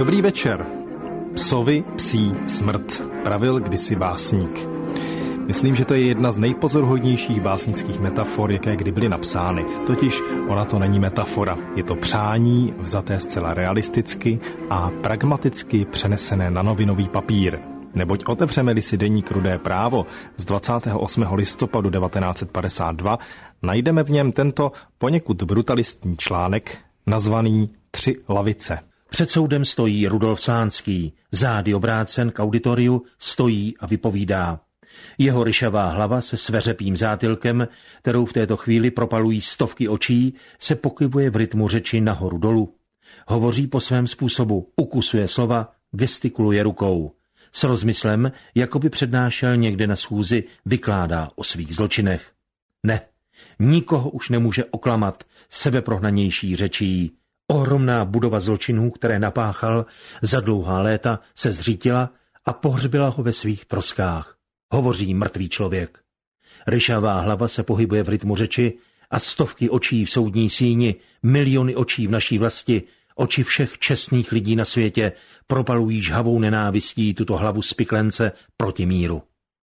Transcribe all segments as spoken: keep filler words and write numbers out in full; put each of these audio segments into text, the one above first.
Dobrý večer. Psovi psí smrt, pravil kdysi básník. Myslím, že to je jedna z nejpozoruhodnějších básnických metafor, jaké kdy byly napsány. Totiž ona to není metafora, je to přání vzaté zcela realisticky a pragmaticky přenesené na novinový papír. Neboť otevřeme-li si deník Rudé právo z dvacátého osmého listopadu devatenáct set padesát dva, najdeme v něm tento poněkud brutalistní článek nazvaný Tři lavice. Před soudem stojí Rudolf Slánský, zády obrácen k auditoriu, stojí a vypovídá. Jeho ryšavá hlava se sveřepým zátylkem, kterou v této chvíli propalují stovky očí, se pokyvuje v rytmu řeči nahoru dolů. Hovoří po svém způsobu, ukusuje slova, gestikuluje rukou. S rozmyslem, jako by přednášel někde na schůzi, vykládá o svých zločinech. Ne, nikoho už nemůže oklamat sebeprohnanější řečí. Ohromná budova zločinů, které napáchal, za dlouhá léta se zřítila a pohřbila ho ve svých troskách. Hovoří mrtvý člověk. Ryšavá hlava se pohybuje v rytmu řeči a stovky očí v soudní síni, miliony očí v naší vlasti, oči všech čestných lidí na světě propalují žhavou nenávistí tuto hlavu spiklence proti míru.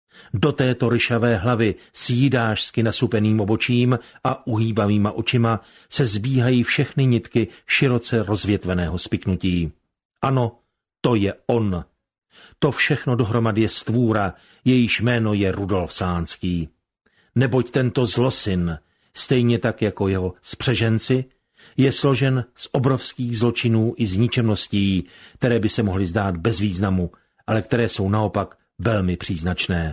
Do této ryšavé hlavy s jídášsky nasupeným obočím a uhýbavýma očima se zbíhají všechny nitky široce rozvětveného spiknutí. Ano, to je on. To všechno dohromady je stvůra, jejíž jméno je Rudolf Slánský. Neboť tento zlosin, stejně tak jako jeho spřeženci, je složen z obrovských zločinů i z ničemností, které by se mohly zdát bez významu, ale které jsou naopak velmi příznačné.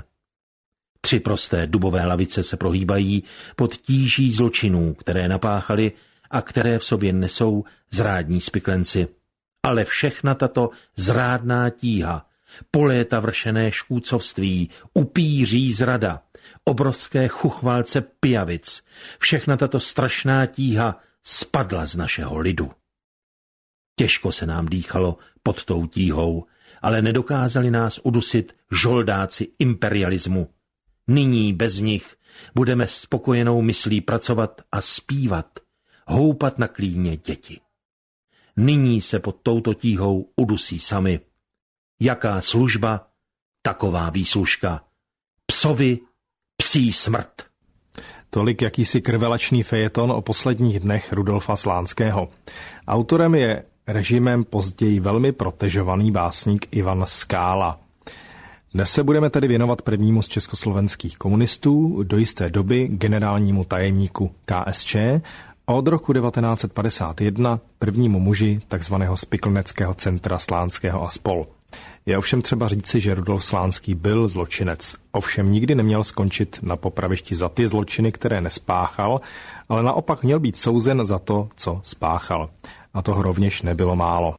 Tři prosté dubové lavice se prohýbají pod tíží zločinů, které napáchali a které v sobě nesou zrádní spiklenci. Ale všechna tato zrádná tíha, po léta vršené škůdcovství, upíří zrada, obrovské chuchvalce pijavic, všechna tato strašná tíha spadla z našeho lidu. Těžko se nám dýchalo pod tou tíhou, ale nedokázali nás udusit žoldáci imperialismu. Nyní bez nich budeme spokojenou myslí pracovat a zpívat, houpat na klíně děti. Nyní se pod touto tíhou udusí sami. Jaká služba, taková výslužka. Psovi psí smrt. Tolik jakýsi krvelačný fejeton o posledních dnech Rudolfa Slánského. Autorem je režimem později velmi protežovaný básník Ivan Skála. Dnes se budeme tedy věnovat prvnímu z československých komunistů, do jisté doby generálnímu tajemníku K S Č, a od roku devatenáct set padesát jedna prvnímu muži takzvaného spiklneckého centra Slánského a spol. Je ovšem třeba říci, že Rudolf Slánský byl zločinec. Ovšem nikdy neměl skončit na popravišti za ty zločiny, které nespáchal, ale naopak měl být souzen za to, co spáchal. A toho rovněž nebylo málo.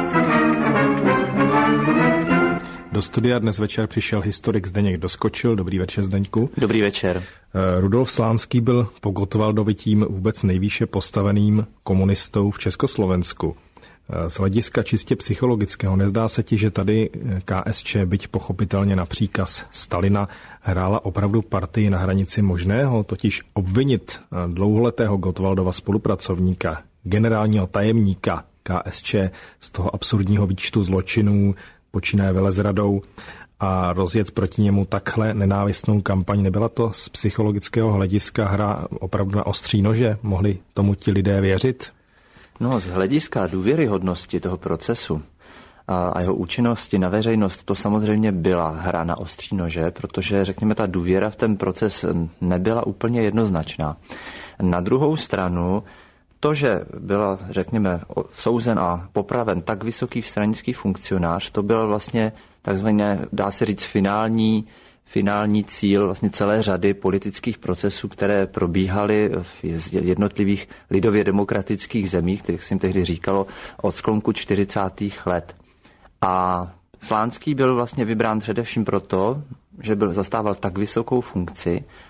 Do studia dnes večer přišel historik Zdeněk Doskočil. Dobrý večer, Zdeňku. Dobrý večer. Rudolf Slánský byl po Gottwaldovitím vůbec nejvýše postaveným komunistou v Československu. Z hlediska čistě psychologického nezdá se ti, že tady K S Č, byť pochopitelně na příkaz Stalina, hrála opravdu partii na hranici možného, totiž obvinit dlouholetého Gottwaldova spolupracovníka, generálního tajemníka K S Č z toho absurdního výčtu zločinů, počínaje velezradou, a rozjet proti němu takhle nenávistnou kampaň. Nebyla to z psychologického hlediska hra opravdu na ostří nože? Mohli tomu ti lidé věřit? No, z hlediska důvěryhodnosti toho procesu a jeho účinnosti na veřejnost to samozřejmě byla hra na ostří nože, protože, řekněme, ta důvěra v ten proces nebyla úplně jednoznačná. Na druhou stranu, to, že byla, řekněme, souzen a popraven tak vysoký stranický funkcionář, to byl vlastně takzvaně, dá se říct, finální finální cíl vlastně celé řady politických procesů, které probíhaly v jednotlivých lidově demokratických zemích, kterých se jim tehdy říkalo, od sklonku čtyřicátých let. A Slánský byl vlastně vybrán především proto, že byl, zastával tak vysokou funkci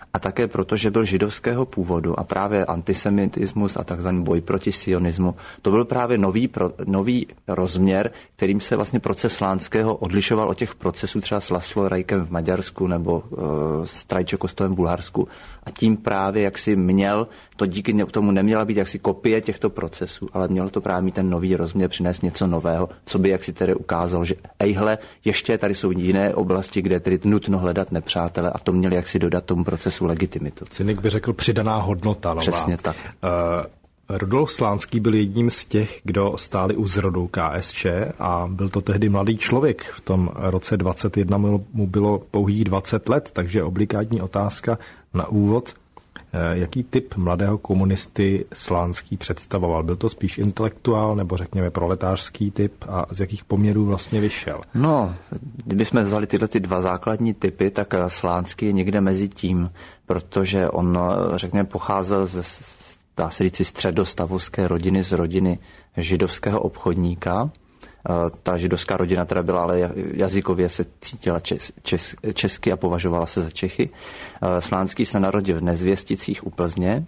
a také proto, že byl židovského původu a právě antisemitismus a takzvaný boj proti sionismu, to byl právě nový, pro, nový rozměr, kterým se vlastně proces Slánského odlišoval od těch procesů třeba s Laszlo Rajkem v Maďarsku nebo uh, s Trajčo Kostovem v Bulharsku. A tím právě, jak si měl, to díky tomu neměla být jaksi kopie těchto procesů, ale mělo to právě mít ten nový rozměr, přinést něco nového, co by jaksi tedy ukázalo, že ejhle, ještě tady jsou jiné oblasti, kde tedy nutno hledat nepřátele a to měli jaksi dodat tomu procesu legitimitu. Cynik by řekl přidaná hodnota nová. Přesně tak. Uh, Rudolf Slánský byl jedním z těch, kdo stáli u zrodu K S Č a byl to tehdy mladý člověk. V tom roce dvacet jedna mu bylo pouhých dvacet let, takže obligátní otázka na úvod. Jaký typ mladého komunisty Slánský představoval? Byl to spíš intelektuál nebo řekněme proletářský typ a z jakých poměrů vlastně vyšel? No, kdybychom vzali tyhle ty dva základní typy, tak Slánský je někde mezi tím, protože on, řekněme, pocházel ze, dá se říct, středostavovské rodiny, z rodiny židovského obchodníka. Ta židovská rodina teda byla, ale jazykově se cítila čes, čes, česky a považovala se za Čechy. Slánský se narodil v Nezvěsticích u Plzně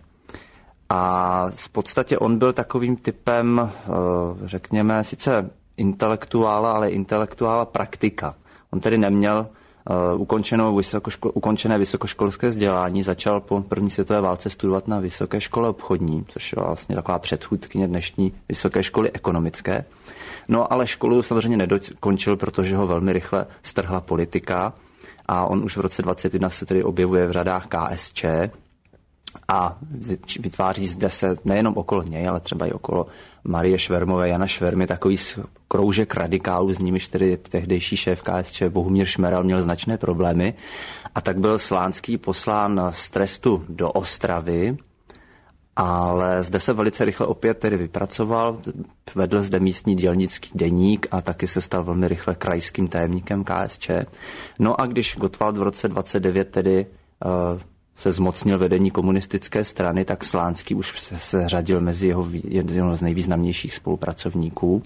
a v podstatě on byl takovým typem, řekněme, sice intelektuála, ale intelektuála praktika. On tedy neměl ukončenou vysokoškol, ukončené vysokoškolské vzdělání, začal po první světové válce studovat na Vysoké škole obchodní, což je vlastně taková předchůdkyně dnešní Vysoké školy ekonomické. No ale školu samozřejmě nedokončil, protože ho velmi rychle strhla politika a on už v roce dvacet jedna se tedy objevuje v řadách K S Č a vytváří zde se nejenom okolo něj, ale třeba i okolo Marie Švermové, Jana Švermy, takový kroužek radikálů, s nimiž tedy tehdejší šéf K S Č Bohumír Šmeral měl značné problémy. A tak byl Slánský poslán z trestu do Ostravy, ale zde se velice rychle opět tedy vypracoval, vedl zde místní dělnický deník a taky se stal velmi rychle krajským tajemníkem K S Č. No a když Gottwald v roce dvacet devět tedy uh, se zmocnil vedení komunistické strany, tak Slánský už se, se řadil mezi jeho jednou z nejvýznamnějších spolupracovníků.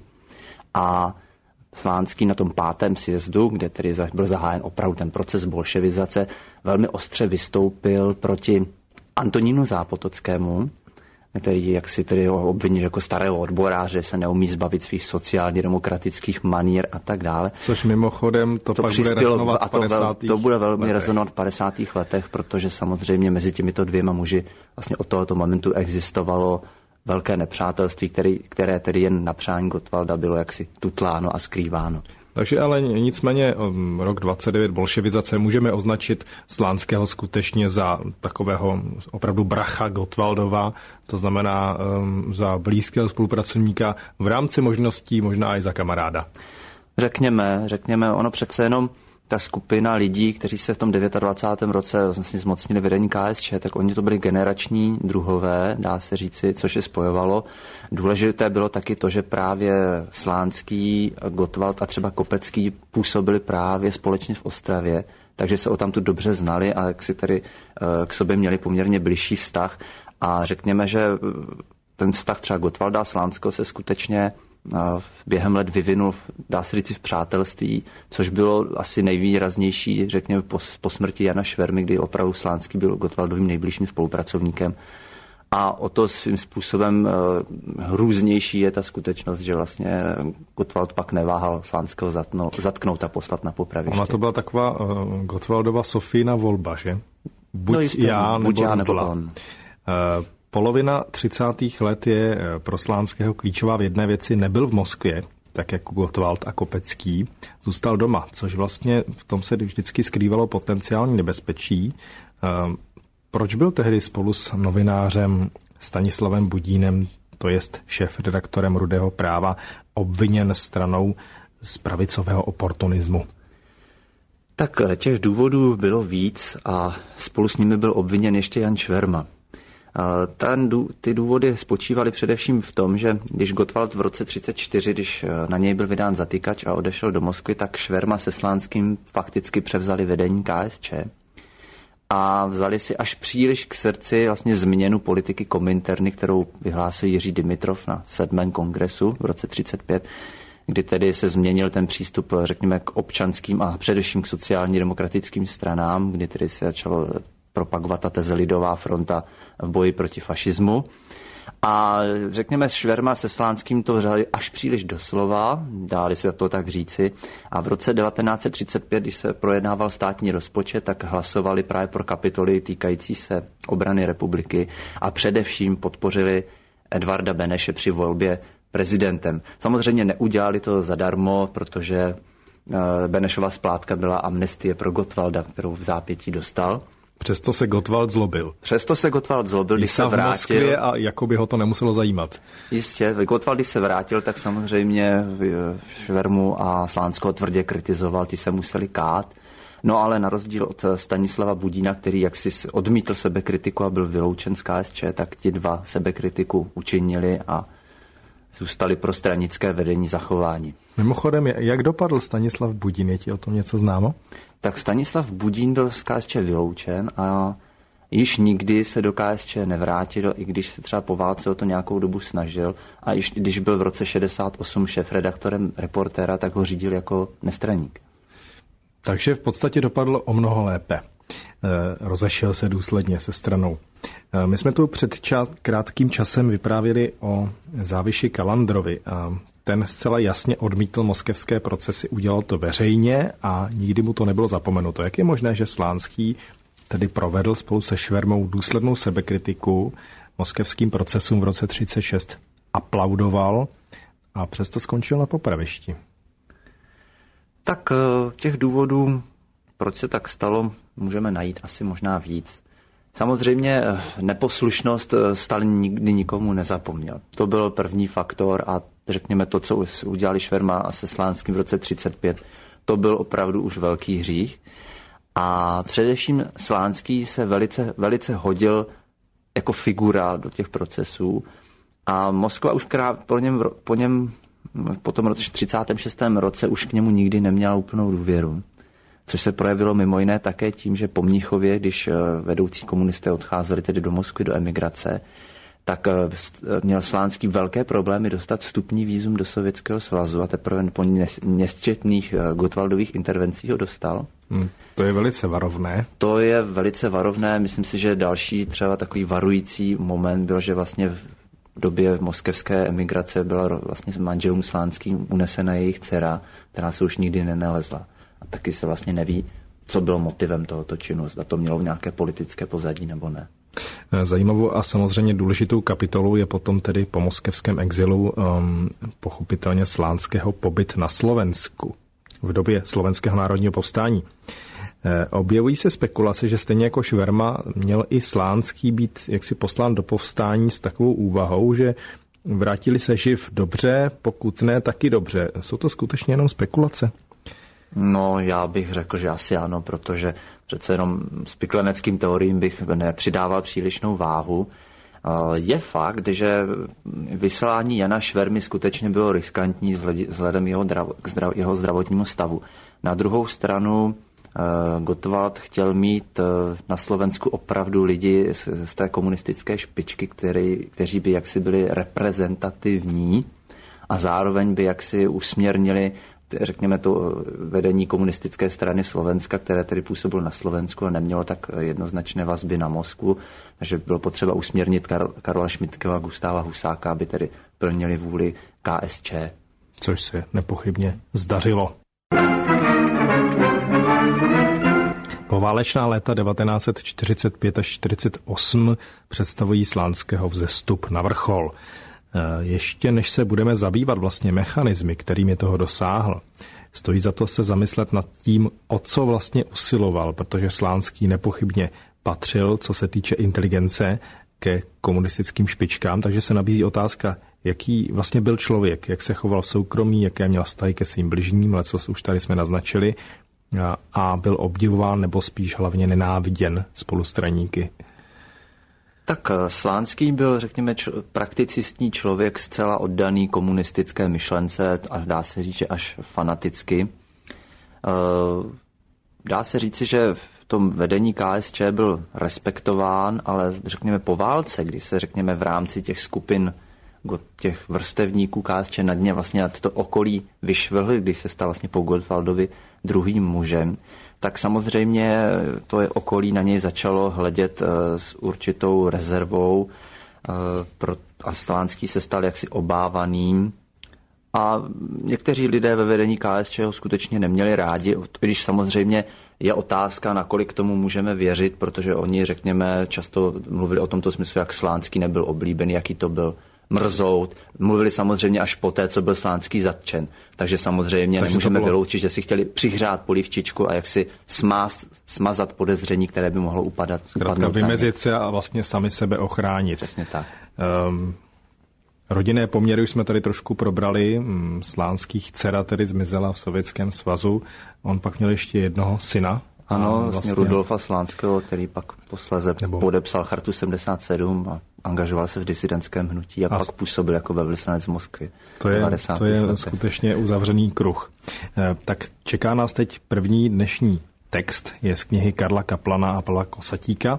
A Slánský na tom pátém sjezdu, kde tedy byl zahájen opravdu ten proces bolševizace, velmi ostře vystoupil proti Antonínu Zápotockému, který jak si tedy obvinil jako starého odboráře, se neumí zbavit svých sociálně demokratických manír a tak dále. Což mimochodem to, to pak bude rezonovat v padesátých To bude velmi letech. rezonovat v padesátých letech, protože samozřejmě mezi těmito dvěma muži vlastně od tohoto momentu existovalo velké nepřátelství, který, které tedy jen na přání Gottwalda bylo jaksi tutláno a skrýváno. Takže ale nicméně rok dvacet devět bolševizace můžeme označit Slánského skutečně za takového opravdu bracha Gottwaldova, to znamená um, za blízkého spolupracovníka v rámci možností, možná i za kamaráda. Řekněme, řekněme, ono přece jenom ta skupina lidí, kteří se v tom dvacátém devátém roce vlastně zmocnili vedení K S Č, tak oni to byli generační druhové, dá se říci, což je spojovalo. Důležité bylo taky to, že právě Slánský, Gottwald a třeba Kopecký působili právě společně v Ostravě, takže se o tamtu dobře znali a jak si tady k sobě měli poměrně bližší vztah. A řekněme, že ten vztah třeba Gottwalda a Slánského se skutečně během let vyvinul, dá se říct, v přátelství, což bylo asi nejvýraznější, řekněme, po, po smrti Jana Švermy, kdy opravdu Slánský byl Gottwaldovým nejbližším spolupracovníkem. A o to svým způsobem hrůznější je ta skutečnost, že vlastně Gottwald pak neváhal Slánského zatknout, zatknout a poslat na popraviště. Ona to byla taková uh, Gottwaldova Sofína volba, že? Buď no jistě, já, buď nebo, já nebo on. on. Uh, Polovina třicátých let je pro Slánského klíčová v jedné věci. Nebyl v Moskvě, tak jako Gottwald a Kopecký. Zůstal doma, což vlastně v tom se vždycky skrývalo potenciální nebezpečí. Proč byl tehdy spolu s novinářem Stanislavem Budínem, to jest šéfredaktorem Rudého práva, obviněn stranou z pravicového oportunismu? Tak těch důvodů bylo víc a spolu s nimi byl obviněn ještě Jan Šverma. Ten, ty důvody spočívaly především v tom, že když Gottwald v roce třicet čtyři, když na něj byl vydán zatykač a odešel do Moskvy, tak Šverma se Slánským fakticky převzali vedení K S Č a vzali si až příliš k srdci vlastně změnu politiky Kominterny, kterou vyhlásil Jiří Dimitrov na sedmém kongresu v roce třicet pět, kdy tedy se změnil ten přístup, řekněme, k občanským a především k sociálně demokratickým stranám, kdy tedy se začalo propagovat ta teze lidová fronta v boji proti fašismu. A řekněme, Šverma se Slánským to vzali až příliš doslova, dáli se to tak říci. A v roce devatenáct set třicet pět, když se projednával státní rozpočet, tak hlasovali právě pro kapitoly týkající se obrany republiky a především podpořili Edvarda Beneše při volbě prezidentem. Samozřejmě neudělali to zadarmo, protože Benešova splátka byla amnestie pro Gottwalda, kterou v zápětí dostal. Přesto se Gottwald zlobil. Přesto se Gottwald zlobil, když se vrátil. v Moskvě a jako by ho to nemuselo zajímat. Jistě, Gottwald, když se vrátil, tak samozřejmě Švermu a Slánského tvrdě kritizoval, ti se museli kát. No ale na rozdíl od Stanislava Budína, který jaksi odmítl sebekritiku a byl vyloučen z K S Č, tak ti dva sebekritiku učinili a zůstali pro stranické vedení zachování. Mimochodem, jak dopadl Stanislav Budín? Je ti o tom něco známo? Tak Stanislav Budín byl z K S Č vyloučen a již nikdy se do K S Č nevrátil, i když se třeba po válce o to nějakou dobu snažil. A již když byl v roce šedesát osm šéfredaktorem Reportéra, tak ho řídil jako nestraník. Takže v podstatě dopadlo o mnoho lépe. Rozešel se důsledně se stranou. My jsme tu před čas, krátkým časem vyprávěli o Záviši Kalandrovi. Ten zcela jasně odmítl moskevské procesy, udělal to veřejně a nikdy mu to nebylo zapomenuto. Jak je možné, že Slánský tedy provedl spolu se Švermou důslednou sebekritiku moskevským procesům v roce třicet šest, aplaudoval a přesto skončil na popravišti? Tak těch důvodů, proč se tak stalo, můžeme najít asi možná víc. Samozřejmě neposlušnost Stalin nikdy nikomu nezapomněl. To byl první faktor a řekněme to, co udělali Šverma se Slánským v roce třicet pět, to byl opravdu už velký hřích. A především Slánský se velice, velice hodil jako figura do těch procesů a Moskva už po něm, po něm po tom roce třicátém šestém roce už k němu nikdy neměla úplnou důvěru. Což se projevilo mimo jiné také tím, že po Mnichově, když vedoucí komunisté odcházeli tedy do Moskvy, do emigrace, tak měl Slánský velké problémy dostat vstupní vízum do Sovětského svazu a teprve po nesčetných Gottwaldových intervencích ho dostal. Hmm, to je velice varovné. To je velice varovné. Myslím si, že další třeba takový varující moment byl, že vlastně v době moskevské emigrace byla vlastně s manželům Slánským unesena jejich dcera, která se už nikdy nenalezla. A taky se vlastně neví, co bylo motivem tohoto činu, zda to mělo nějaké politické pozadí nebo ne. Zajímavou a samozřejmě důležitou kapitolou je potom tedy po moskevském exilu um, pochopitelně Slánského pobyt na Slovensku v době slovenského národního povstání. E, objevují se spekulace, že stejně jako Šverma měl i Slánský být jaksi poslán do povstání s takovou úvahou, že vrátili se živ dobře, pokud ne, taky dobře. Jsou to skutečně jenom spekulace? No, já bych řekl, že asi ano, protože přece jenom spikleneckým teoriím bych nepřidával přílišnou váhu. Je fakt, že vyslání Jana Švermy skutečně bylo riskantní vzhledem jeho, jeho zdravotnímu stavu. Na druhou stranu Gottwald chtěl mít na Slovensku opravdu lidi z té komunistické špičky, který, kteří by jaksi byli reprezentativní a zároveň by jaksi usměrnili řekněme to vedení komunistické strany Slovenska, které tedy působilo na Slovensku a nemělo tak jednoznačné vazby na Moskvu, takže bylo potřeba usměrnit Kar- Karola Šmidtkeho a Gustáva Husáka, aby tedy plnili vůli K S Č. Což se nepochybně zdařilo. Poválečná léta devatenáct set čtyřicet pět až čtyřicet osm představují Slánského vzestup na vrchol. Ještě než se budeme zabývat vlastně mechanismy, kterými toho dosáhl, stojí za to se zamyslet nad tím, o co vlastně usiloval, protože Slánský nepochybně patřil, co se týče inteligence, ke komunistickým špičkám, takže se nabízí otázka, jaký vlastně byl člověk, jak se choval v soukromí, jaké měl vztahy ke svým bližním, lecos už tady jsme naznačili, a, a byl obdivován nebo spíš hlavně nenáviděn spolustraníky. Tak Slánský byl, řekněme, č- prakticistní člověk, zcela oddaný komunistické myšlence a dá se říct, že až fanaticky. Dá se říci, že v tom vedení K S Č byl respektován, ale řekněme po válce, kdy se řekněme v rámci těch skupin těch vrstevníků K S Č nad ně vlastně nad to okolí vyšvihl, když se stal vlastně po Gottwaldovi druhým mužem, tak samozřejmě to je okolí na něj začalo hledět s určitou rezervou a Slánský se stal jaksi obávaným. A někteří lidé ve vedení K S Č ho skutečně neměli rádi, když samozřejmě je otázka, nakolik tomu můžeme věřit, protože oni, řekněme, často mluvili o tomto smyslu, jak Slánský nebyl oblíbený, jaký to byl mrzout. Mluvili samozřejmě až poté, co byl Slánský zatčen. Takže samozřejmě Takže nemůžeme bylo... vyloučit, že si chtěli přihřát polivčičku a jak si smást, smazat podezření, které by mohlo upadat. Zkrátka vymezit se a vlastně sami sebe ochránit. Přesně tak. Um... Rodinné poměry už jsme tady trošku probrali. Slánských dcera tedy zmizela v Sovětském svazu. On pak měl ještě jednoho syna. Ano, vlastně, vlastně Rudolfa Slánského, který pak posléze nebo... podepsal Chartu sedmdesát sedm a angažoval se v disidentském hnutí a, a pak působil jako velvyslanec v Moskvě. To je, to je skutečně uzavřený kruh. Tak čeká nás teď první dnešní text. Je z knihy Karla Kaplana a Pavla Kosatíka.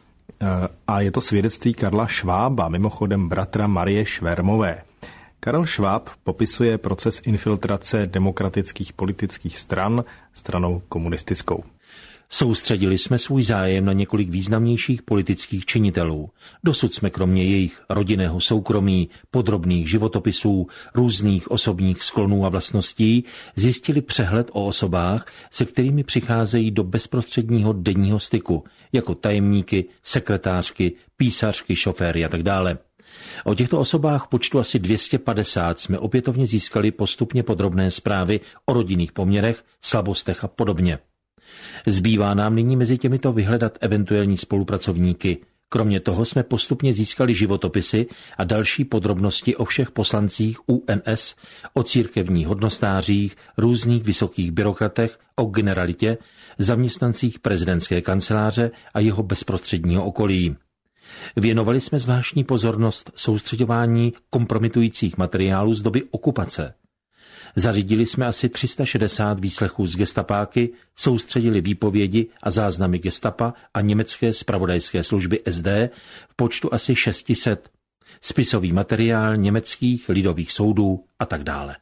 A je to svědectví Karla Švába, mimochodem bratra Marie Švermové. Karel Šváb popisuje proces infiltrace demokratických politických stran stranou komunistickou. Soustředili jsme svůj zájem na několik významnějších politických činitelů. Dosud jsme kromě jejich rodinného soukromí, podrobných životopisů, různých osobních sklonů a vlastností zjistili přehled o osobách, se kterými přicházejí do bezprostředního denního styku, jako tajemníky, sekretářky, písařky, šoféry a tak dále. O těchto osobách počtu asi dvě stě padesát jsme opětovně získali postupně podrobné zprávy o rodinných poměrech, slabostech a podobně. Zbývá nám nyní mezi těmito vyhledat eventuální spolupracovníky. Kromě toho jsme postupně získali životopisy a další podrobnosti o všech poslancích U N S, o církevních hodnostářích, různých vysokých byrokratech, o generalitě, zaměstnancích prezidentské kanceláře a jeho bezprostředního okolí. Věnovali jsme zvláštní pozornost soustřeďování kompromitujících materiálů z doby okupace. Zařídili jsme asi tři sta šedesát výslechů z gestapáky, soustředili výpovědi a záznamy gestapa a německé zpravodajské služby S D v počtu asi šest set, spisový materiál německých lidových soudů a tak dále.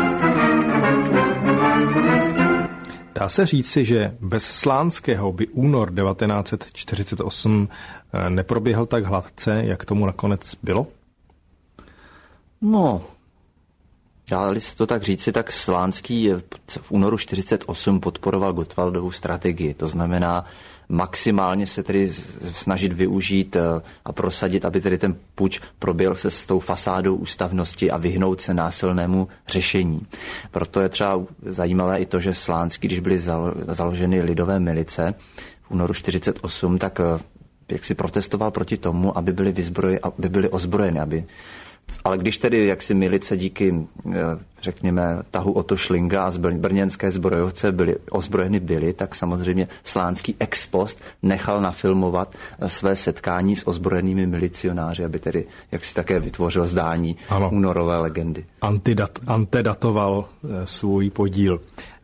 Dá se říci, že bez Slánského by únor devatenáct set čtyřicet osm neproběhl tak hladce, jak tomu nakonec bylo? No... Dá-li se to tak říci, tak Slánský v únoru čtyřicet osm podporoval Gottwaldovu strategii. To znamená maximálně se tedy snažit využít a prosadit, aby tedy ten puč proběhl se s tou fasádou ústavnosti a vyhnout se násilnému řešení. Proto je třeba zajímavé i to, že Slánský, když byly založeny lidové milice v únoru čtyřicet osm, tak jak si protestoval proti tomu, aby byly, vyzbroj, aby byly ozbrojeny, aby ale když tedy jaksi milice díky, řekněme, tahu Otto Schlinga a brněnské zbrojovce byly, ozbrojeny byly, tak samozřejmě Slánský ex post nechal nafilmovat své setkání s ozbrojenými milicionáři, aby tedy jaksi také vytvořil zdání ano. únorové legendy. Antidat, antedatoval svůj podíl.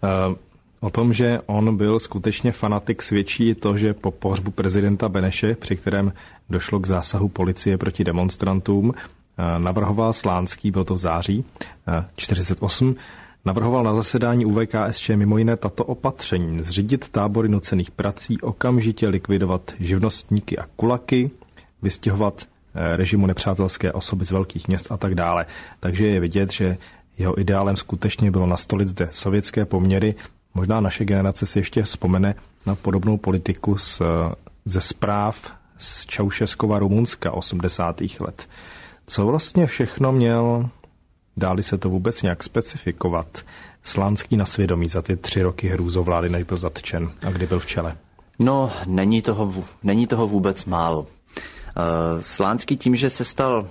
O tom, že on byl skutečně fanatik, svědčí i to, že po pohřbu prezidenta Beneše, při kterém došlo k zásahu policie proti demonstrantům, navrhoval Slánský, bylo to v září čtyřicet osm, navrhoval na zasedání U V K S Č mimo jiné tato opatření: zřídit tábory nucených prací, okamžitě likvidovat živnostníky a kulaky, vystěhovat režimu nepřátelské osoby z velkých měst a tak dále. Takže je vidět, že jeho ideálem skutečně bylo nastolit zde sovětské poměry. Možná naše generace si ještě vzpomene na podobnou politiku z, ze zpráv z Čaušeskova Rumunska osmdesátých let. Co vlastně všechno měl, dá-li se to vůbec nějak specifikovat, Slánský na svědomí za ty tři roky hrůzovlády, než byl zatčen a kdy byl v čele? No, není toho, není toho vůbec málo. Slánský tím, že se stal,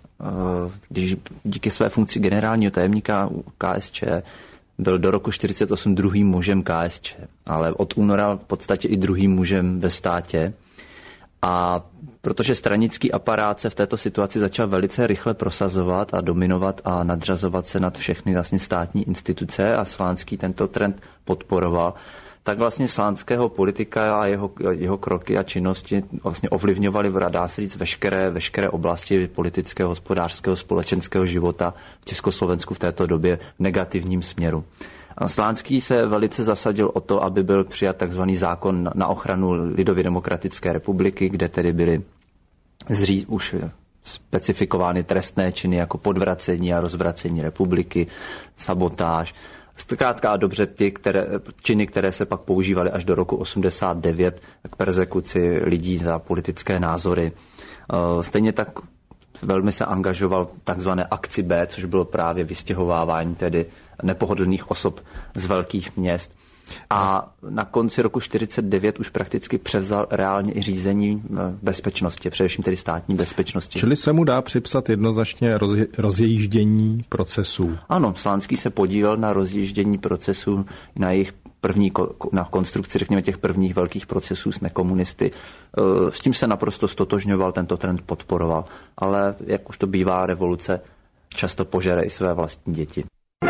když díky své funkci generálního tajemníka K S Č, byl do roku čtyřicet osm druhým mužem K S Č, ale od února v podstatě i druhým mužem ve státě. A protože stranický aparát se v této situaci začal velice rychle prosazovat a dominovat a nadřazovat se nad všechny vlastně státní instituce a Slánský tento trend podporoval, tak vlastně slánského politika a jeho, jeho kroky a činnosti vlastně ovlivňovaly, dá se říct, veškeré, veškeré oblasti politického, hospodářského, společenského života v Československu v této době v negativním směru. Slánský se velice zasadil o to, aby byl přijat takzvaný zákon na ochranu Lidově demokratické republiky, kde tedy byly zří, už specifikovány trestné činy jako podvracení a rozvracení republiky, sabotáž. Zkrátka a dobře ty které, činy, které se pak používaly až do roku osmdesát devět k perzekuci lidí za politické názory. Stejně tak velmi se angažoval takzvané akci B, což bylo právě vystěhovávání tedy nepohodlných osob z velkých měst. A na konci roku čtyřicet devět už prakticky převzal reálně i řízení bezpečnosti, především tedy státní bezpečnosti. Čili se mu dá připsat jednoznačně rozje, rozježdění procesů. Ano, Slánský se podílel na rozjíždění procesů, na jejich první, na konstrukci, řekněme, těch prvních velkých procesů s nekomunisty. S tím se naprosto stotožňoval, tento trend podporoval. Ale jak už to bývá, revoluce často požere i své vlastní děti.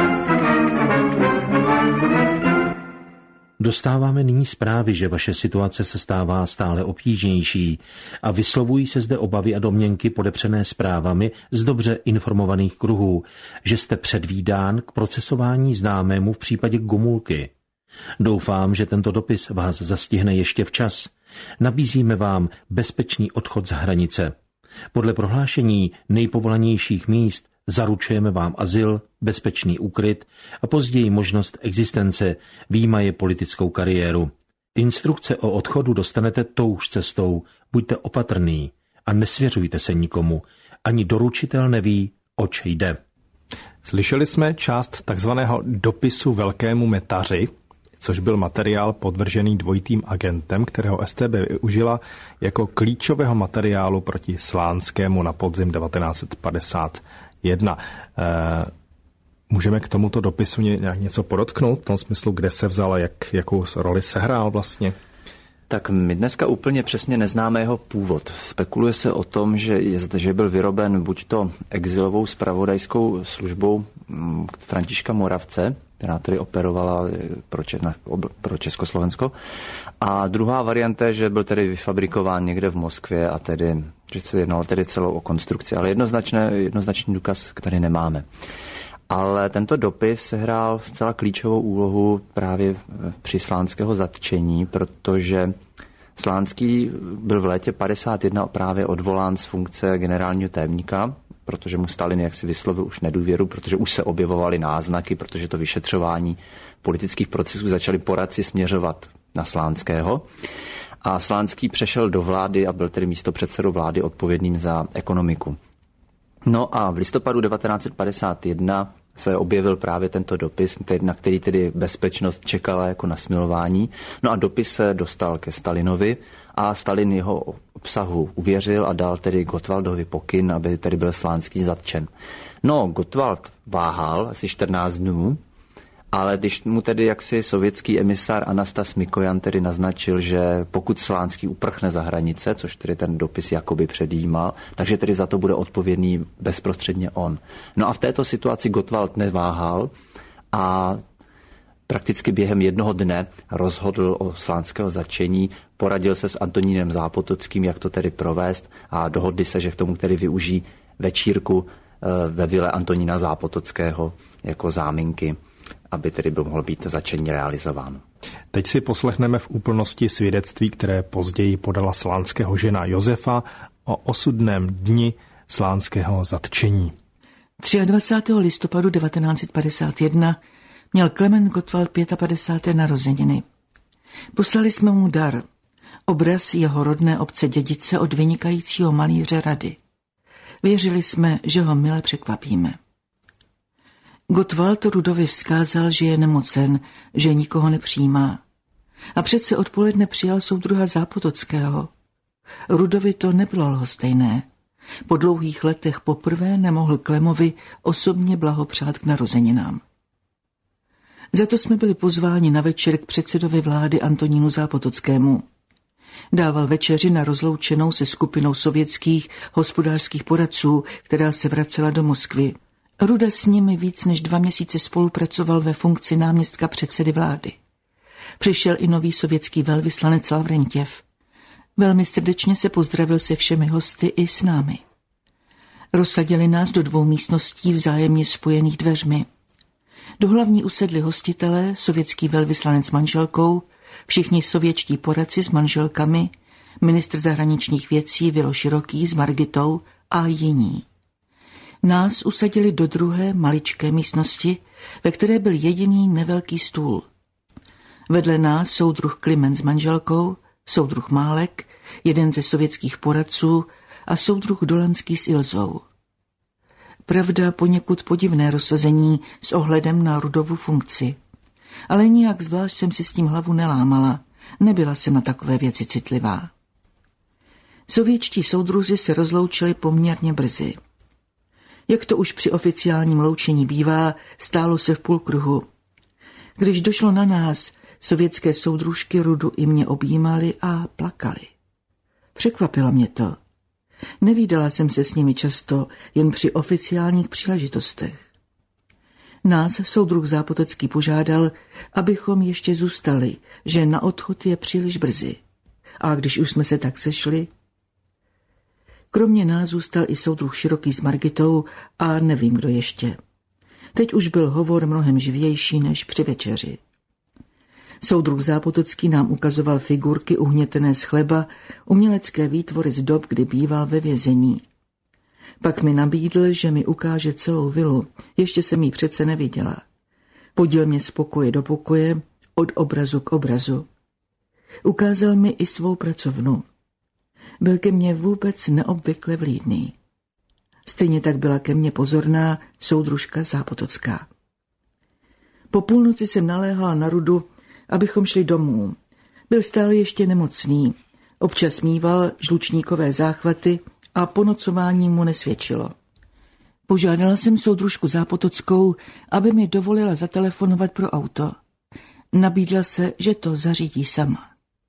Dostáváme nyní zprávy, že vaše situace se stává stále obtížnější a vyslovují se zde obavy a domněnky podepřené zprávami z dobře informovaných kruhů, že jste předvídán k procesování známému v případě Gomulky. Doufám, že tento dopis vás zastihne ještě včas. Nabízíme vám bezpečný odchod z hranice. Podle prohlášení nejpovolanějších míst zaručujeme vám azyl, bezpečný úkryt a později možnost existence, výjimaje politickou kariéru. Instrukce o odchodu dostanete touž cestou, buďte opatrný a nesvěřujte se nikomu. Ani doručitel neví, oč jde. Slyšeli jsme část takzvaného dopisu velkému metaři, což byl materiál podvržený dvojitým agentem, kterého S T B využila jako klíčového materiálu proti Slánskému na podzim devatenáct padesát jedna. E, můžeme k tomuto dopisu nějak něco podotknout v tom smyslu, kde se vzal a jak, jakou roli sehrál vlastně? Tak my dneska úplně přesně neznáme jeho původ. Spekuluje se o tom, že, je, že byl vyroben buď to exilovou zpravodajskou službou Františka Moravce, která tedy operovala pro, Čes- pro Československo. A druhá varianta je, že byl tedy vyfabrikován někde v Moskvě a tedy, že se jednalo tedy celou o konstrukci. Ale jednoznačné, jednoznačný důkaz, který nemáme. Ale tento dopis sehrál zcela klíčovou úlohu právě při Slánského zatčení, protože Slánský byl v létě padesát jedna právě odvolán z funkce generálního tajemníka, protože mu Stalin jaksi vyslovil už nedůvěru, protože už se objevovaly náznaky, protože to vyšetřování politických procesů začaly poradci směřovat na Slánského. A Slánský přešel do vlády a byl tedy místopředsedou vlády odpovědným za ekonomiku. No a v listopadu devatenáct padesát jedna se objevil právě tento dopis, na který tedy bezpečnost čekala jako na smilování. No a dopis se dostal ke Stalinovi a Stalin jeho obsahu uvěřil a dal tedy Gottwaldovi pokyn, aby tedy byl Slánský zatčen. No, Gottwald váhal asi čtrnáct dnů, ale když mu tedy jaksi sovětský emisár Anastas Mikojan tedy naznačil, že pokud Slánský uprchne za hranice, což tedy ten dopis jakoby předjímal, takže tedy za to bude odpovědný bezprostředně on. No a v této situaci Gottwald neváhal a prakticky během jednoho dne rozhodl o Slánského zatčení, poradil se s Antonínem Zápotockým, jak to tedy provést a dohodli se, že k tomu tedy využijí večírku ve vile Antonína Zápotockého jako záminky, aby tedy byl mohl být zatčení realizováno. Teď si poslechneme v úplnosti svědectví, které později podala Slánského žena Josefa o osudném dni Slánského zatčení. dvacátého třetího listopadu devatenáct padesát jedna měl Klement Gottwald padesát pátého narozeniny. Poslali jsme mu dar, obraz jeho rodné obce Dědice od vynikajícího malíře Rady. Věřili jsme, že ho mile překvapíme. Gottwald Rudovi vzkázal, že je nemocen, že nikoho nepřijímá. A přece odpoledne přijal soudruha Zápotockého. Rudovi to nebylo lhostejné. Po dlouhých letech poprvé nemohl Klemovi osobně blahopřát k narozeninám. Za to jsme byli pozváni na večer k předsedovi vlády Antonínu Zápotockému. Dával večeři na rozloučenou se skupinou sovětských hospodářských poradců, která se vracela do Moskvy. Ruda s nimi víc než dva měsíce spolupracoval ve funkci náměstka předsedy vlády. Přišel i nový sovětský velvyslanec Lavrentěv. Velmi srdečně se pozdravil se všemi hosty i s námi. Rozsadili nás do dvou místností vzájemně spojených dveřmi. Do hlavní usedli hostitelé, sovětský velvyslanec s manželkou, všichni sovětští poradci s manželkami, ministr zahraničních věcí Vilo Široký s Margitou a jiní. Nás usadili do druhé maličké místnosti, ve které byl jediný nevelký stůl. Vedle nás soudruh Kliment s manželkou, soudruh Málek, jeden ze sovětských poradců a soudruh Dolanský s Ilzou. Pravda, poněkud podivné rozsazení s ohledem na Rudovu funkci. Ale nijak zvlášť jsem si s tím hlavu nelámala, nebyla jsem na takové věci citlivá. Sovětští soudruzi se rozloučili poměrně brzy. Jak to už při oficiálním loučení bývá, stálo se v půlkruhu. Když došlo na nás, sovětské soudružky Rudu i mě objímaly a plakaly. Překvapilo mě to. Nevídala jsem se s nimi často, jen při oficiálních příležitostech. Nás soudruh Zápotocký požádal, abychom ještě zůstali, že na odchod je příliš brzy. A když už jsme se tak sešli... Kromě nás zůstal i soudruh Široký s Margitou a nevím, kdo ještě. Teď už byl hovor mnohem živější než při večeři. Soudruh Zápotocký nám ukazoval figurky uhnětené z chleba, umělecké výtvory z dob, kdy býval ve vězení. Pak mi nabídl, že mi ukáže celou vilu, ještě jsem jí přece neviděla. Podíl mě z pokoje do pokoje, od obrazu k obrazu. Ukázal mi i svou pracovnu. Byl ke mně vůbec neobvykle vlídný. Stejně tak byla ke mně pozorná soudružka Zápotocká. Po půlnoci jsem naléhala na Rudu, abychom šli domů. Byl stále ještě nemocný, občas mýval žlučníkové záchvaty a ponocování mu nesvědčilo. Požádala jsem soudružku Zápotockou, aby mi dovolila zatelefonovat pro auto. Nabídla se, že to zařídí sama.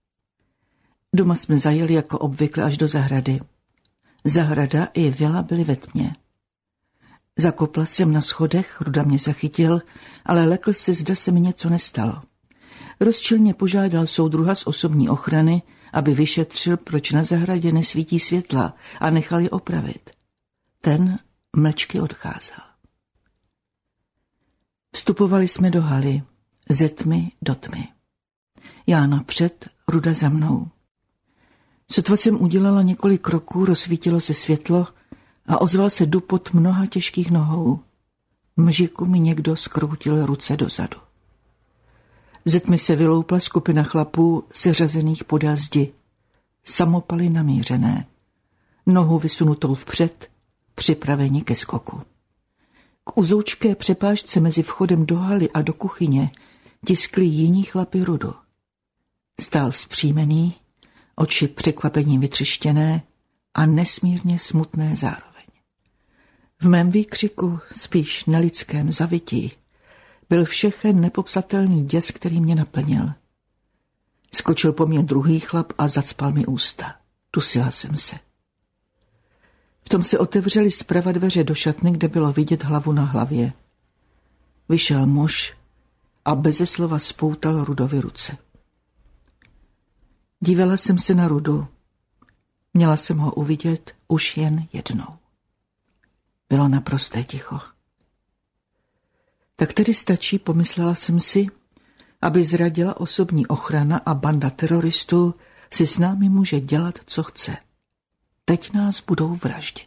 Doma jsme zajeli jako obvykle až do zahrady. Zahrada i vila byly ve tmě. Zakopla jsem na schodech, Ruda mě zachytil, ale lekl se, zda se mi něco nestalo. Rozčilně požádal soudruha z osobní ochrany, aby vyšetřil, proč na zahradě nesvítí světla a nechal je opravit. Ten mlčky odcházel. Vstupovali jsme do haly, ze tmy do tmy. Já napřed, Ruda za mnou. Sotva jsem udělala několik kroků, rozsvítilo se světlo a ozval se dupot mnoha těžkých nohou. V mžiku mi někdo skroutil ruce dozadu. Ze tmy se vyloupla skupina chlapů seřazených podél zdi. Samopaly namířené. Nohu vysunutou vpřed, připraveni ke skoku. K uzoučké přepážce mezi vchodem do haly a do kuchyně tiskli jiní chlapi Rudu. Stál vzpřímený, oči překvapením vytřištěné a nesmírně smutné zároveň. V mém výkřiku, spíš nelidském zavití, byl všechen nepopsatelný děs, který mě naplnil. Skočil po mně druhý chlap a zacpal mi ústa. Dusila jsem se. V tom se otevřely zprava dveře do šatny, kde bylo vidět hlavu na hlavě. Vyšel muž a beze slova spoutal Rudovi ruce. Dívala jsem se na Rudu. Měla jsem ho uvidět už jen jednou. Bylo naprosté ticho. Tak tedy stačí, pomyslela jsem si, aby zradila osobní ochrana a banda teroristů si s námi může dělat, co chce. Teď nás budou vraždit.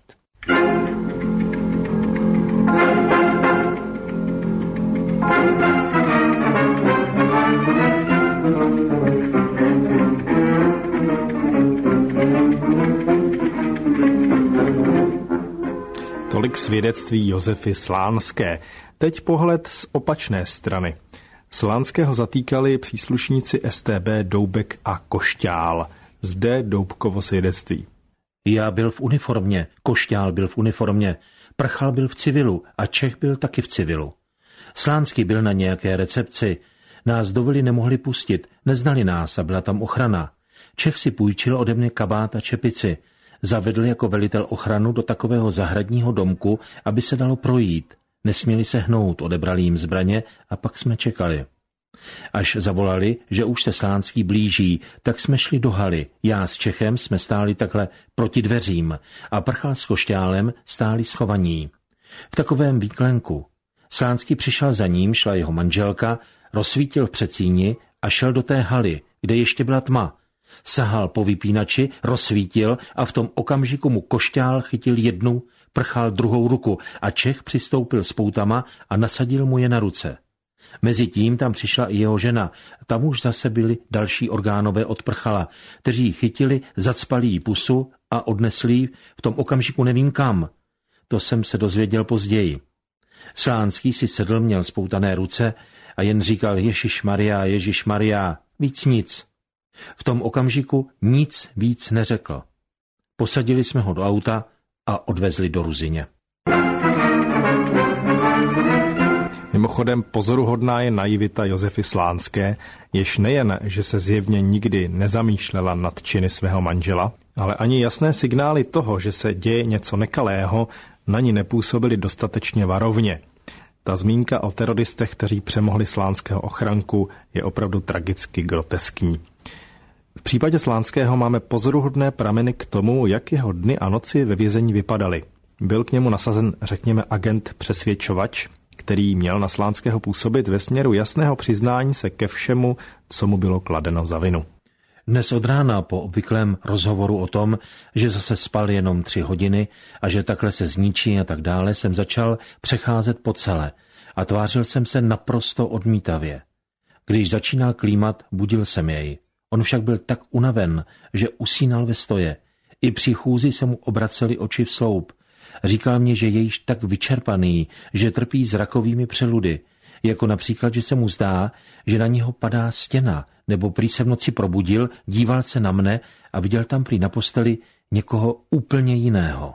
Tolik svědectví Josefy Slánské. Teď pohled z opačné strany. Slánského zatýkali příslušníci S T B Doubek a Košťál. Zde Doubkovo svědectví. Já byl v uniformě, Košťál byl v uniformě, Prchal byl v civilu a Čech byl taky v civilu. Slánský byl na nějaké recepci. Nás do vily nemohli pustit, neznali nás a byla tam ochrana. Čech si půjčil ode mě kabát a čepici. Zavedl jako velitel ochranu do takového zahradního domku, aby se dalo projít. Nesměli se hnout, odebrali jim zbraně a pak jsme čekali. Až zavolali, že už se Slánský blíží, tak jsme šli do haly. Já s Čechem jsme stáli takhle proti dveřím a Prchal s Košťálem stáli schovaní. V takovém výklenku. Slánský přišel za ním, šla jeho manželka, rozsvítil v předsíni a šel do té haly, kde ještě byla tma. Sahal po vypínači, rozsvítil a v tom okamžiku mu Košťál chytil jednu, Prchal druhou ruku a Čech přistoupil s poutama a nasadil mu je na ruce. Mezitím tam přišla i jeho žena, tam už zase byli další orgánové od Prchala, kteří chytili, zacpali jí pusu a odnesli ji v tom okamžiku nevím kam. To jsem se dozvěděl později. Slánský si sedl, měl spoutané ruce a jen říkal Ježišmarja, Ježišmarja, víc nic. V tom okamžiku nic víc neřekl. Posadili jsme ho do auta a odvezli do Ruzyně. Mimochodem pozoruhodná je naivita Josefy Slánské, jež nejen, že se zjevně nikdy nezamýšlela nad činy svého manžela, ale ani jasné signály toho, že se děje něco nekalého, na ní nepůsobily dostatečně varovně. Ta zmínka o teroristech, kteří přemohli Slánského ochranku, je opravdu tragicky groteskní. V případě Slánského máme pozoruhodné prameny k tomu, jak jeho dny a noci ve vězení vypadaly. Byl k němu nasazen, řekněme, agent přesvědčovač, který měl na Slánského působit ve směru jasného přiznání se ke všemu, co mu bylo kladeno za vinu. Dnes od rána po obvyklém rozhovoru o tom, že zase spal jenom tři hodiny a že takhle se zničí a tak dále, jsem začal přecházet po celé a tvářil jsem se naprosto odmítavě. Když začínal klímat, budil jsem jej. On však byl tak unaven, že usínal ve stoje. I při chůzi se mu obracely oči v sloup. Říkal mě, že je již tak vyčerpaný, že trpí zrakovými přeludy, jako například, že se mu zdá, že na něho padá stěna, nebo prý se v noci probudil, díval se na mne a viděl tam prý na posteli někoho úplně jiného.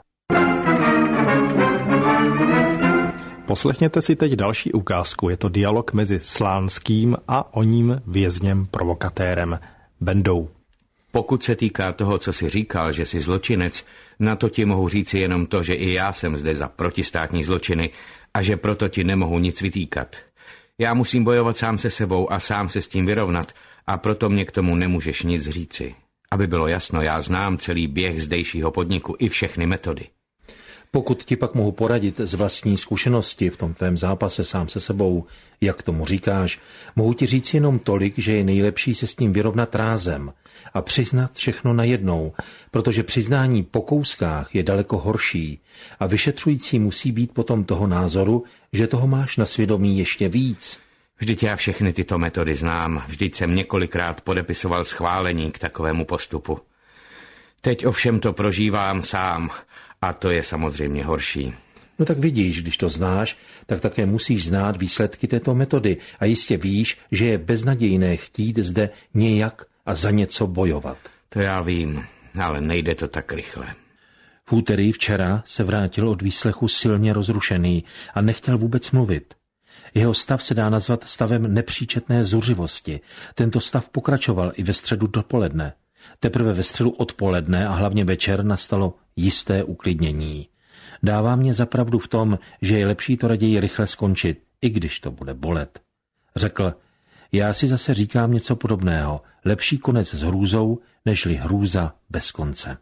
Poslechněte si teď další ukázku. Je to dialog mezi Slánským a oním vězněm provokatérem Bendou. Pokud se týká toho, co jsi říkal, že jsi zločinec, na to ti mohu říci jenom to, že i já jsem zde za protistátní zločiny a že proto ti nemohu nic vytýkat. Já musím bojovat sám se sebou a sám se s tím vyrovnat a proto mě k tomu nemůžeš nic říci. Aby bylo jasno, já znám celý běh zdejšího podniku i všechny metody. Pokud ti pak mohu poradit z vlastní zkušenosti v tom tvém zápase sám se sebou, jak tomu říkáš, mohu ti říct jenom tolik, že je nejlepší se s tím vyrovnat rázem a přiznat všechno najednou, protože přiznání po kouskách je daleko horší a vyšetřující musí být potom toho názoru, že toho máš na svědomí ještě víc. Vždyť já všechny tyto metody znám, vždyť jsem několikrát podepisoval schválení k takovému postupu. Teď ovšem to prožívám sám a to je samozřejmě horší. No tak vidíš, když to znáš, tak také musíš znát výsledky této metody a jistě víš, že je beznadějné chtít zde nějak a za něco bojovat. To já vím, ale nejde to tak rychle. V úterý včera se vrátil od výslechu silně rozrušený a nechtěl vůbec mluvit. Jeho stav se dá nazvat stavem nepříčetné zuřivosti. Tento stav pokračoval i ve středu dopoledne. Teprve ve středu odpoledne a hlavně večer nastalo jisté uklidnění. Dává mě za pravdu v tom, že je lepší to raději rychle skončit, i když to bude bolet. Řekl, já si zase říkám něco podobného. Lepší konec s hrůzou, nežli hrůza bez konce.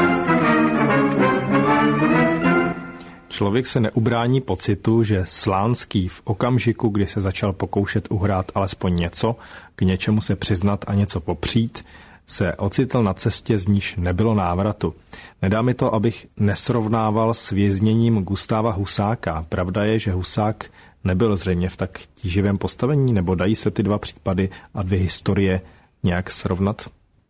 Člověk se neubrání pocitu, že Slánský v okamžiku, kdy se začal pokoušet uhrát alespoň něco, k něčemu se přiznat a něco popřít, se ocitl na cestě, z níž nebylo návratu. Nedá mi to, abych nesrovnával s vězněním Gustáva Husáka. Pravda je, že Husák nebyl zřejmě v tak tíživém postavení, nebo dají se ty dva případy a dvě historie nějak srovnat?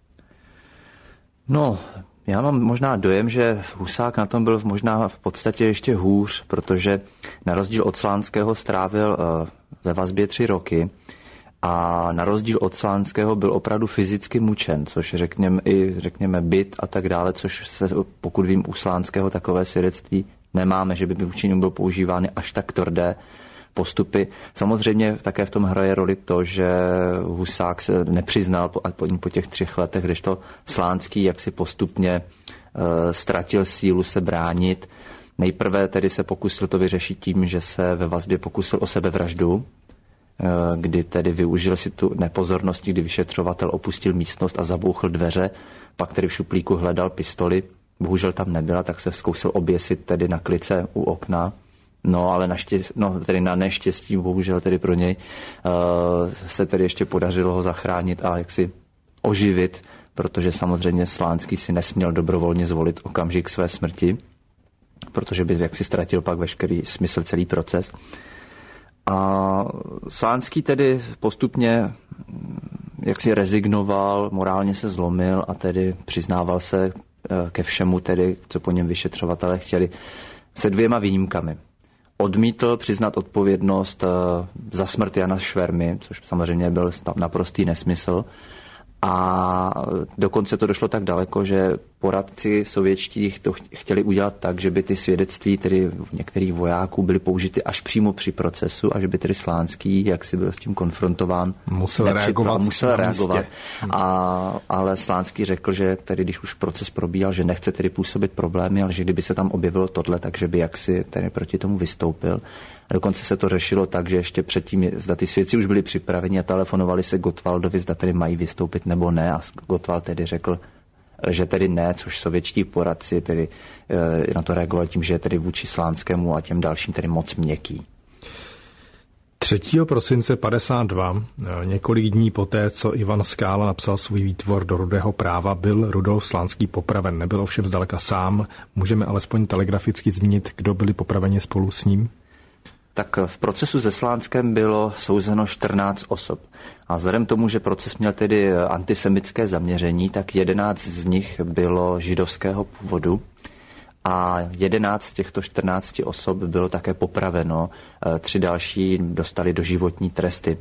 No, já mám možná dojem, že Husák na tom byl možná v podstatě ještě hůř, protože na rozdíl od Slánského strávil ve vazbě tři roky a na rozdíl od Slánského byl opravdu fyzicky mučen, což řekněme i řekněme byt a tak dále, což se, pokud vím, u Slánského takové svědectví nemáme, že by mučením byl používány až tak tvrdé postupy. Samozřejmě také v tom hraje roli to, že Husák se nepřiznal po, po těch třech letech, kdežto Slánský jaksi postupně uh, ztratil sílu se bránit. Nejprve tedy se pokusil to vyřešit tím, že se ve vazbě pokusil o sebevraždu, kdy tedy využil si tu nepozornosti, kdy vyšetřovatel opustil místnost a zabouchl dveře, pak tedy v šuplíku hledal pistoli, bohužel tam nebyla, tak se zkoušel oběsit tedy na klice u okna. No, ale naštěstí, no, tedy na neštěstí, bohužel tedy pro něj, uh, se tedy ještě podařilo ho zachránit a jaksi oživit, protože samozřejmě Slánský si nesměl dobrovolně zvolit okamžik své smrti, protože by jaksi ztratil pak veškerý smysl celý proces. A Slánský tedy postupně jaksi rezignoval, morálně se zlomil a tedy přiznával se ke všemu, tedy, co po něm vyšetřovatelé chtěli, se dvěma výjimkami. Odmítl přiznat odpovědnost za smrt Jana Švermy, což samozřejmě byl naprostý nesmysl. A dokonce to došlo tak daleko, že poradci sovětští to chtěli udělat tak, že by ty svědectví tedy některých vojáků byly použity až přímo při procesu a že by tedy Slánský, jak si byl s tím konfrontován, musel reagovat. Musel reagovat. A, ale Slánský řekl, že tedy, když už proces probíhal, že nechce tedy působit problémy, ale že kdyby se tam objevilo tohle, takže by jaksi tedy proti tomu vystoupil. A dokonce se to řešilo tak, že ještě předtím, zda ty svědci už byli připraveni a telefonovali se Gottwaldovi, zda tedy mají vystoupit nebo ne. A Gottwald tedy řekl, že tedy ne, což sovětští poradci tedy e, na to reagovali tím, že je tedy vůči Slánskému a těm dalším tedy moc měkký. třetího prosince padesát dva, několik dní poté, co Ivan Skála napsal svůj výtvor do Rudého práva, byl Rudolf Slánský popraven. Nebyl ovšem zdaleka sám. Můžeme alespoň telegraficky zmínit, kdo byli popraveni spolu s ním? Tak v procesu se Slánskem bylo souzeno čtrnáct osob. A vzhledem tomu, že proces měl tedy antisemické zaměření, tak jedenáct z nich bylo židovského původu a jedenáct z těchto čtrnácti osob bylo také popraveno. Tři další dostali doživotní tresty.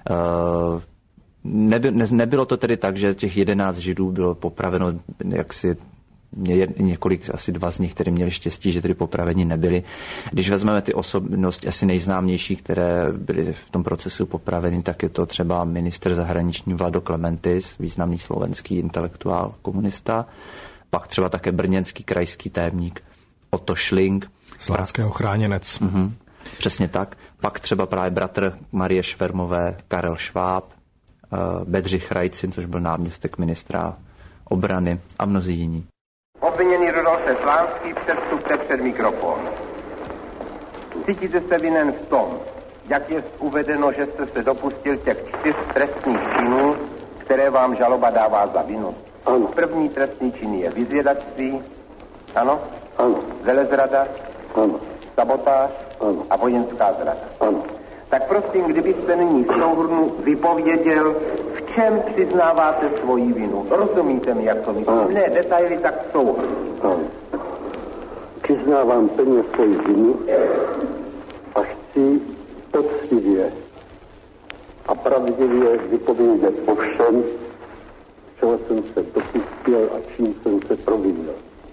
Neby, ne, nebylo to tedy tak, že těch jedenáct židů bylo popraveno jaksi několik, asi dva z nich, kteří měli štěstí, že tedy popraveni nebyli. Když vezmeme ty osobnosti asi nejznámější, které byly v tom procesu popraveny, tak je to třeba ministr zahraniční Vlado Klementis, významný slovenský intelektuál, komunista, pak třeba také brněnský krajský tajemník Otto Schling. Slánského chráněnec. Mhm, přesně tak. Pak třeba právě bratr Marie Švermové, Karel Šváb, Bedřich Rajcin, což byl náměstek ministra obrany a mnozí jiní. Obviněný Rudolfe Slánský, předstupte před mikrofon. Cítíte se vinen v tom, jak je uvedeno, že jste se dopustil těch čtyř trestných činů, které vám žaloba dává za vinu? Ano. První trestný čin je vyzvědačství, ano? Ano. Velezrada, ano. Sabotáž, ano. A vojenská zrada. Ano. Tak prosím, kdybyste nyní v souhrnu vypověděl, v čem přiznáváte svoji vinu. Rozumíte mi, jak to myslím? Ano. Ne detaily, tak souhrn. Ano. Přiznávám plně svoji vinu a chci poctivě a pravdivě vypovědět o všem, čeho jsem se dopustil a čím jsem se provinil.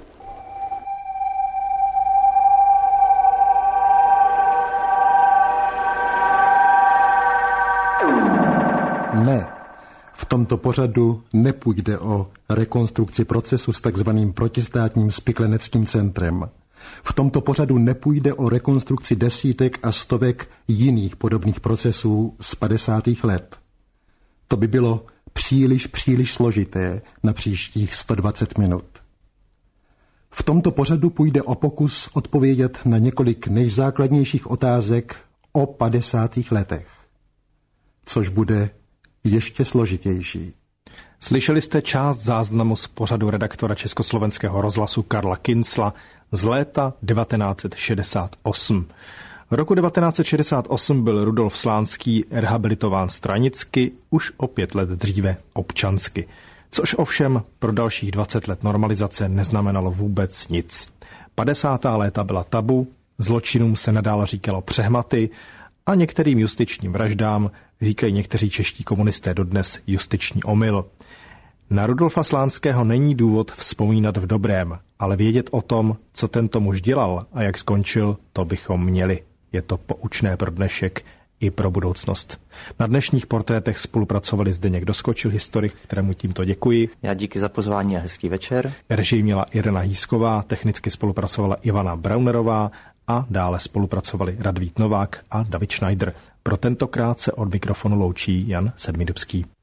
Ne, v tomto pořadu nepůjde o rekonstrukci procesu s takzvaným protistátním spikleneckým centrem. V tomto pořadu nepůjde o rekonstrukci desítek a stovek jiných podobných procesů z padesátých let. To by bylo příliš, příliš složité na příštích sto dvacet minut. V tomto pořadu půjde o pokus odpovědět na několik nejzákladnějších otázek o padesátých letech, což bude ještě složitější. Slyšeli jste část záznamu z pořadu redaktora Československého rozhlasu Karla Kincla z léta devatenáct set šedesát osm. Roku devatenáct set šedesát osm byl Rudolf Slánský rehabilitován stranicky, už o pět let dříve občansky. Což ovšem pro dalších dvacet let normalizace neznamenalo vůbec nic. padesátá léta byla tabu, zločinům se nadále říkalo přehmaty a některým justičním vraždám říkají někteří čeští komunisté dodnes justiční omyl. Na Rudolfa Slánského není důvod vzpomínat v dobrém, ale vědět o tom, co tento muž dělal a jak skončil, to bychom měli. Je to poučné pro dnešek i pro budoucnost. Na dnešních portrétech spolupracovali Zdeněk Doskočil, historik, kterému tímto děkuji. Já díky za pozvání a hezký večer. Režii měla Irena Hýsková, technicky spolupracovala Ivana Braunerová a dále spolupracovali Radvít Novák a David Schneider. Pro tentokrát se od mikrofonu loučí Jan Sedmidubský.